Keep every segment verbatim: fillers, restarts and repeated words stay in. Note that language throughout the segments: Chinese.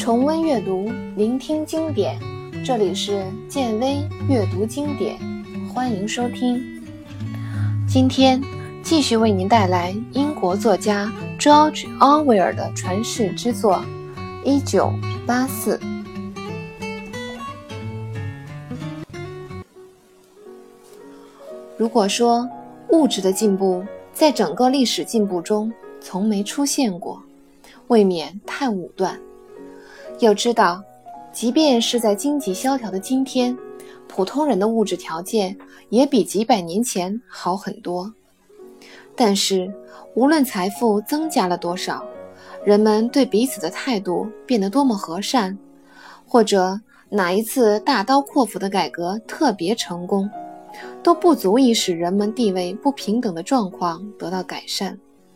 重温阅读，聆听经典，这里是建威阅读经典，欢迎收听。今天继续为您带来英国作家 George Orwell 的传世之作《一九八四》。如果说物质的进步在整个历史进步中从没出现过，未免太武断。要知道，即便是在经济萧条的今天，普通人的物质条件也比几百年前好很多。但是无论财富增加了多少，人们对彼此的态度变得多么和善，或者哪一次大刀阔斧的改革特别成功，都不足以使人们地位不平等的状况得到改善。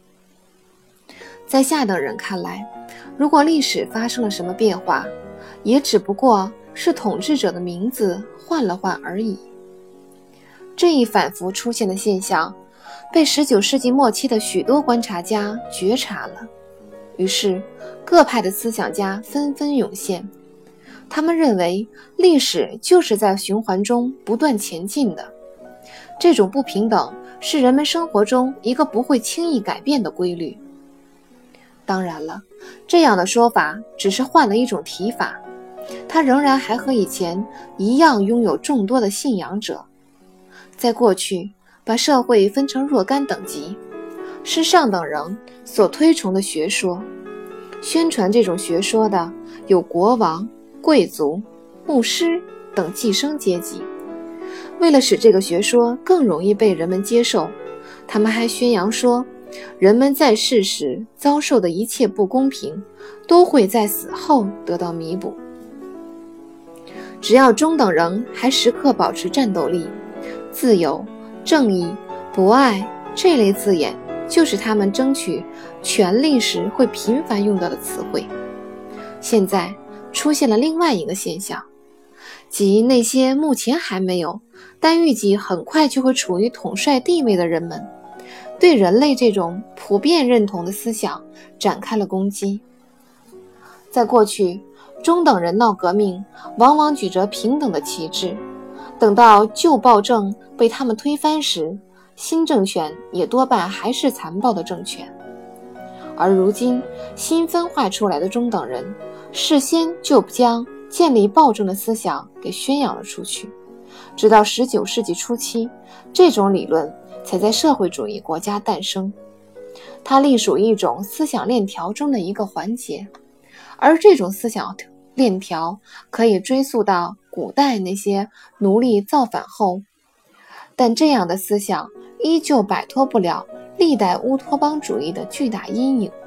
在下等人看来，如果历史发生了什么变化，也只不过是统治者的名字换了换而已。这一反复出现的现象被十九世纪末期的许多观察家觉察了，于是各派的思想家纷纷涌现。他们认为历史就是在循环中不断前进的，这种不平等是人们生活中一个不会轻易改变的规律。当然了，这样的说法只是换了一种提法，它仍然还和以前一样拥有众多的信仰者。在过去，把社会分成若干等级，是上等人所推崇的学说。宣传这种学说的有国王、贵族、牧师等寄生阶级。为了使这个学说更容易被人们接受，他们还宣扬说，人们在世时遭受的一切不公平，都会在死后得到弥补。只要中等人还时刻保持战斗力，自由、正义、博爱这类字眼就是他们争取权力时会频繁用到的词汇。现在出现了另外一个现象，即那些目前还没有，但预计很快就会处于统帅地位的人们，对人类这种普遍认同的思想展开了攻击。在过去，中等人闹革命往往举着平等的旗帜，等到旧暴政被他们推翻时，新政权也多半还是残暴的政权。而如今新分化出来的中等人，事先就将建立暴政的思想给宣扬了出去，直到十九世纪初期，这种理论才在社会主义国家诞生。它隶属于一种思想链条中的一个环节，而这种思想链条可以追溯到古代那些奴隶造反后，但这样的思想依旧摆脱不了历代乌托邦主义的巨大阴影。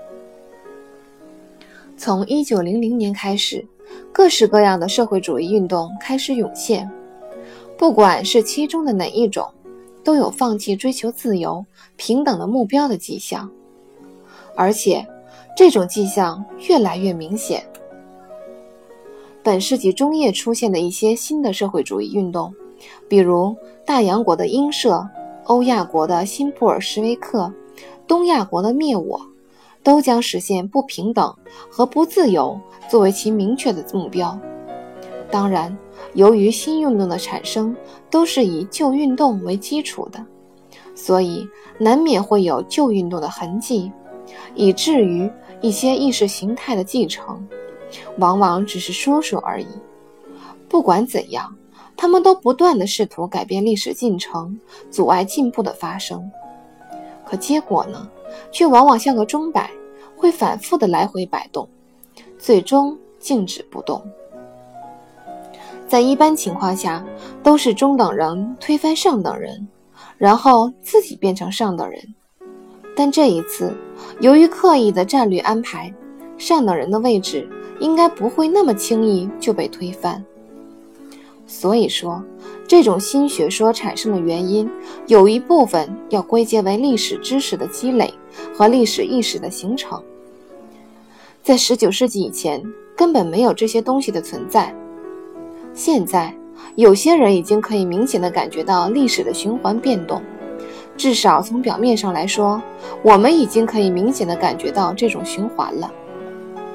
从一九零零年开始，各式各样的社会主义运动开始涌现，不管是其中的哪一种，都有放弃追求自由、平等的目标的迹象，而且这种迹象越来越明显。本世纪中叶出现的一些新的社会主义运动，比如大洋国的英社、欧亚国的新布尔什维克、东亚国的灭我，都将实现不平等和不自由作为其明确的目标。当然，由于新运动的产生都是以旧运动为基础的，所以难免会有旧运动的痕迹，以至于一些意识形态的继承往往只是说说而已。不管怎样，他们都不断地试图改变历史进程，阻碍进步的发生。可结果呢，却往往像个钟摆，会反复地来回摆动，最终静止不动。在一般情况下，都是中等人推翻上等人，然后自己变成上等人。但这一次，由于刻意的战略安排，上等人的位置应该不会那么轻易就被推翻。所以说，这种新学说产生的原因，有一部分要归结为历史知识的积累和历史意识的形成。在十九世纪以前，根本没有这些东西的存在。现在，有些人已经可以明显地感觉到历史的循环变动，至少从表面上来说，我们已经可以明显地感觉到这种循环了。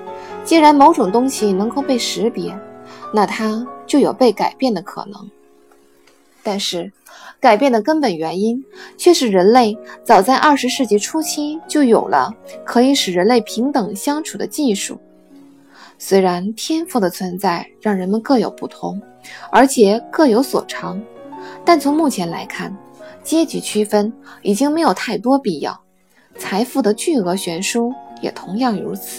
既然某种东西能够被识别，那它就有被改变的可能。但是改变的根本原因却是人类早在二十世纪初期就有了可以使人类平等相处的技术。虽然天赋的存在让人们各有不同，而且各有所长，但从目前来看，阶级区分已经没有太多必要，财富的巨额悬殊也同样如此。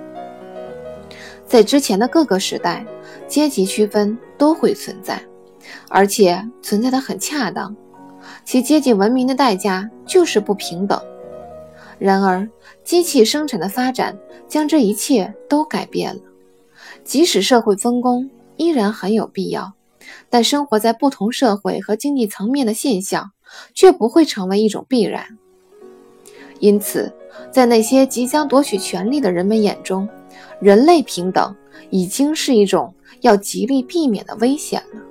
在之前的各个时代，阶级区分都会存在，而且存在得很恰当，其阶级文明的代价就是不平等。然而，机器生产的发展将这一切都改变了。即使社会分工依然很有必要，但生活在不同社会和经济层面的现象却不会成为一种必然。因此，在那些即将夺取权力的人们眼中，人类平等已经是一种要极力避免的危险了。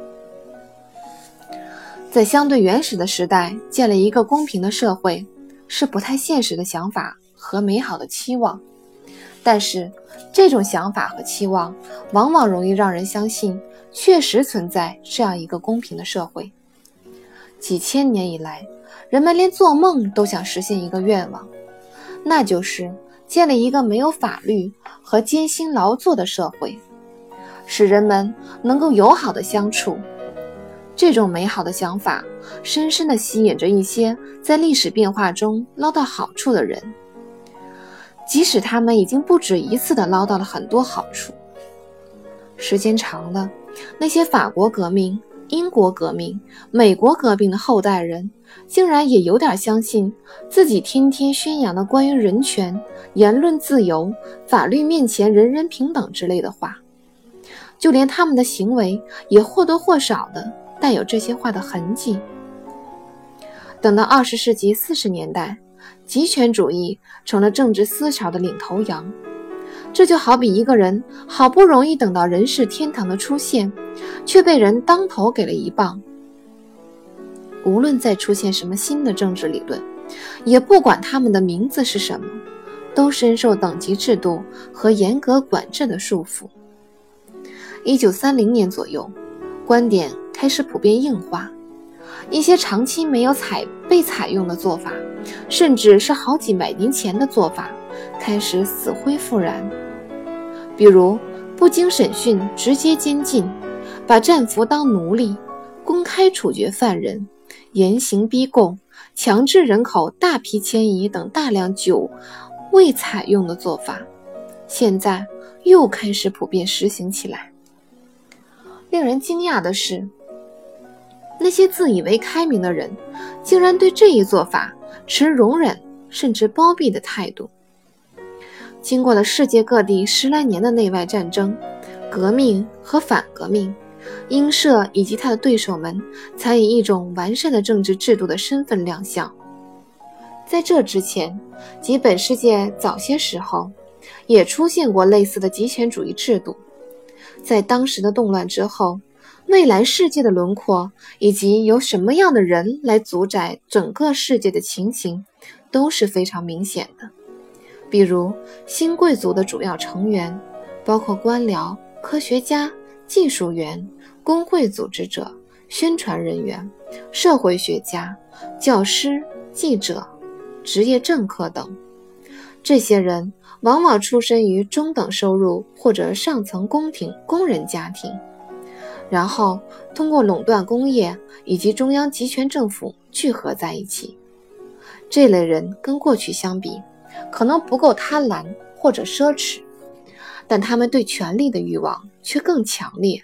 在相对原始的时代建立一个公平的社会是不太现实的想法和美好的期望，但是这种想法和期望往往容易让人相信确实存在这样一个公平的社会。几千年以来，人们连做梦都想实现一个愿望，那就是建立一个没有法律和艰辛劳作的社会，使人们能够友好的相处。这种美好的想法深深地吸引着一些在历史变化中捞到好处的人，即使他们已经不止一次地捞到了很多好处。时间长了，那些法国革命、英国革命、美国革命的后代人竟然也有点相信自己天天宣扬的关于人权、言论自由、法律面前人人平等之类的话，就连他们的行为也或多或少的带有这些话的痕迹。等到二十世纪四十年代，极权主义成了政治思潮的领头羊。这就好比一个人好不容易等到人世天堂的出现，却被人当头给了一棒。无论再出现什么新的政治理论，也不管他们的名字是什么，都深受等级制度和严格管制的束缚。一九三零年左右，观点开始普遍硬化，一些长期没有采被采用的做法，甚至是好几百年前的做法，开始死灰复燃。比如不经审讯直接监禁，把战俘当奴隶，公开处决犯人，严刑逼供，强制人口大批迁移等大量久未采用的做法，现在又开始普遍实行起来。令人惊讶的是，那些自以为开明的人竟然对这一做法持容忍甚至包庇的态度。经过了世界各地十来年的内外战争、革命和反革命，英社以及他的对手们才以一种完善的政治制度的身份亮相。在这之前，即本世界早些时候也出现过类似的极权主义制度。在当时的动乱之后，未来世界的轮廓以及由什么样的人来主宰整个世界的情形都是非常明显的。比如新贵族的主要成员包括官僚、科学家、技术员、工会组织者、宣传人员、社会学家、教师、记者、职业政客等。这些人往往出身于中等收入或者上层宫廷工人家庭，然后通过垄断工业以及中央集权政府聚合在一起。这类人跟过去相比，可能不够贪婪或者奢侈，但他们对权力的欲望却更强烈。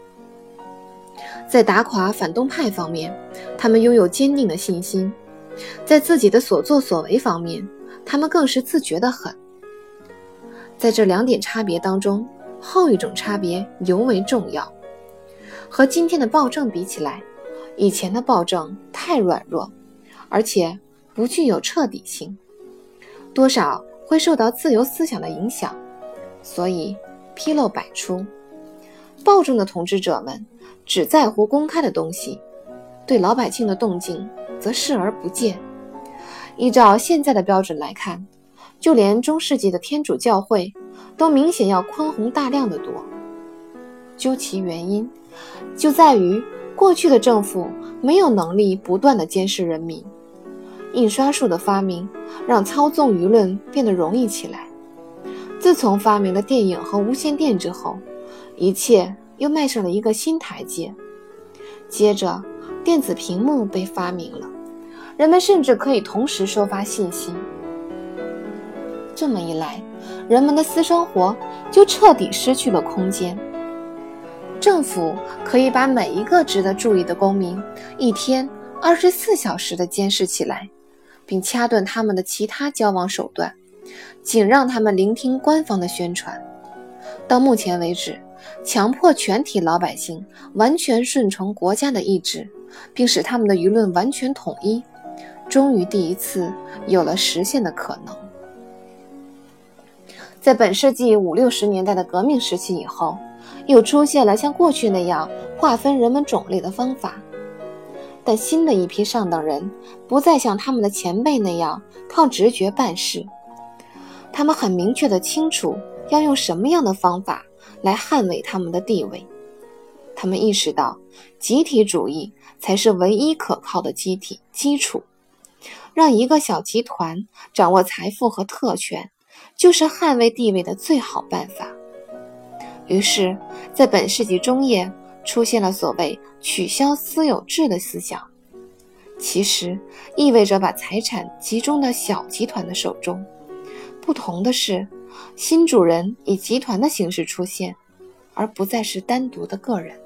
在打垮反动派方面，他们拥有坚定的信心；在自己的所作所为方面，他们更是自觉得很。在这两点差别当中，后一种差别尤为重要。和今天的暴政比起来，以前的暴政太软弱，而且不具有彻底性，多少会受到自由思想的影响，所以纰漏百出。暴政的统治者们只在乎公开的东西，对老百姓的动静则视而不见。依照现在的标准来看，就连中世纪的天主教会都明显要宽宏大量的多。究其原因，就在于过去的政府没有能力不断地监视人民。印刷术的发明让操纵舆论变得容易起来。自从发明了电影和无线电之后，一切又迈上了一个新台阶。接着，电子屏幕被发明了，人们甚至可以同时收发信息。这么一来，人们的私生活就彻底失去了空间。政府可以把每一个值得注意的公民一天二十四小时地监视起来，并掐断他们的其他交往手段，仅让他们聆听官方的宣传。到目前为止，强迫全体老百姓完全顺从国家的意志，并使他们的舆论完全统一，终于第一次有了实现的可能。在本世纪五六十年代的革命时期以后，又出现了像过去那样划分人们种类的方法。但新的一批上等人不再像他们的前辈那样靠直觉办事，他们很明确地清楚要用什么样的方法来捍卫他们的地位。他们意识到集体主义才是唯一可靠的集体基础，让一个小集团掌握财富和特权，就是捍卫地位的最好办法。于是，在本世纪中叶出现了所谓取消私有制的思想，其实意味着把财产集中到小集团的手中。不同的是，新主人以集团的形式出现，而不再是单独的个人。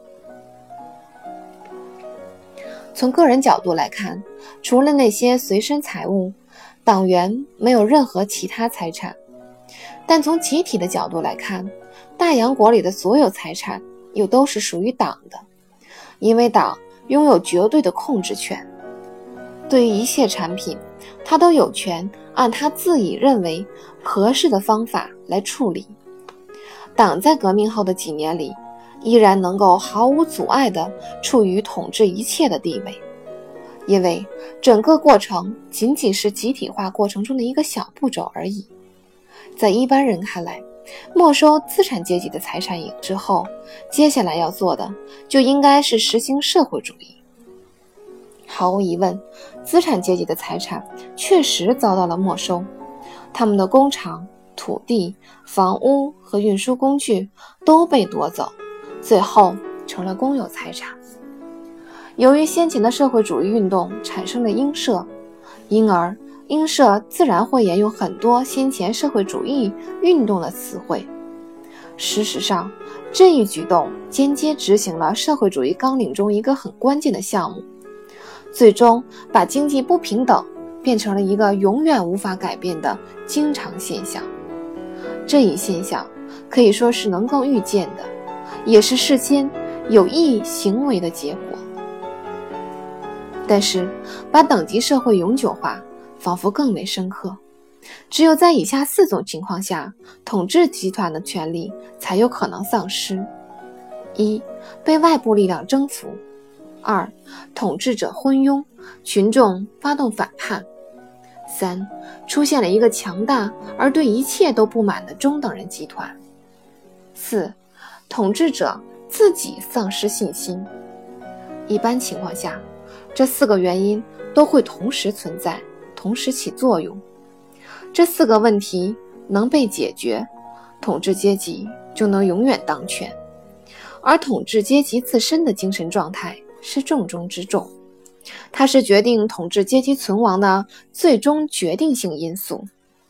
从个人角度来看，除了那些随身财物，党员没有任何其他财产。但从集体的角度来看，大洋国里的所有财产又都是属于党的，因为党拥有绝对的控制权。对于一切产品，他都有权按他自己认为合适的方法来处理。党在革命后的几年里，依然能够毫无阻碍地处于统治一切的地位，因为整个过程仅仅是集体化过程中的一个小步骤而已。在一般人看来，没收资产阶级的财产之后，接下来要做的就应该是实行社会主义。毫无疑问，资产阶级的财产确实遭到了没收，他们的工厂、土地、房屋和运输工具都被夺走，最后成了公有财产。由于先前的社会主义运动产生了鹰社，因而鹰社自然会沿用很多先前社会主义运动的词汇。事实上，这一举动间接执行了社会主义纲领中一个很关键的项目，最终把经济不平等变成了一个永远无法改变的经常现象。这一现象可以说是能够预见的，也是事先有意行为的结果。但是，把等级社会永久化仿佛更为深刻。只有在以下四种情况下，统治集团的权力才有可能丧失：一、被外部力量征服；二、统治者昏庸，群众发动反叛；三、出现了一个强大而对一切都不满的中等人集团；四、统治者自己丧失信心。一般情况下，这四个原因都会同时存在，同时起作用。这四个问题能被解决，统治阶级就能永远当权。而统治阶级自身的精神状态是重中之重，它是决定统治阶级存亡的最终决定性因素。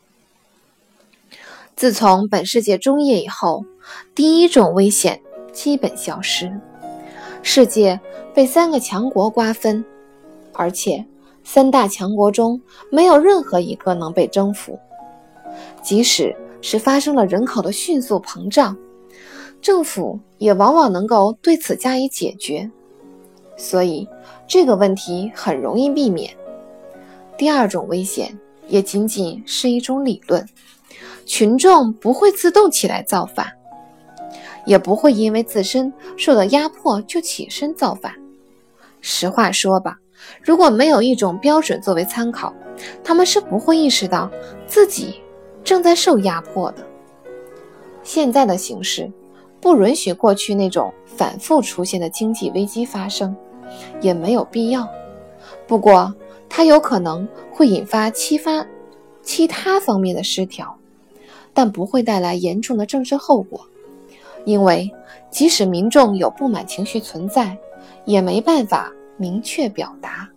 自从本世纪中叶以后，第一种危险基本消失，世界被三个强国瓜分，而且三大强国中没有任何一个能被征服。即使是发生了人口的迅速膨胀，政府也往往能够对此加以解决，所以这个问题很容易避免。第二种危险也仅仅是一种理论，群众不会自动起来造反，也不会因为自身受到压迫就起身造反。实话说吧，如果没有一种标准作为参考，他们是不会意识到自己正在受压迫的。 现在的形势不允许过去那种反复出现的经济危机发生，也没有必要。不过它有可能会引发其他其他方面的失调，但不会带来严重的政治后果，因为即使民众有不满情绪存在，也没办法明确表达。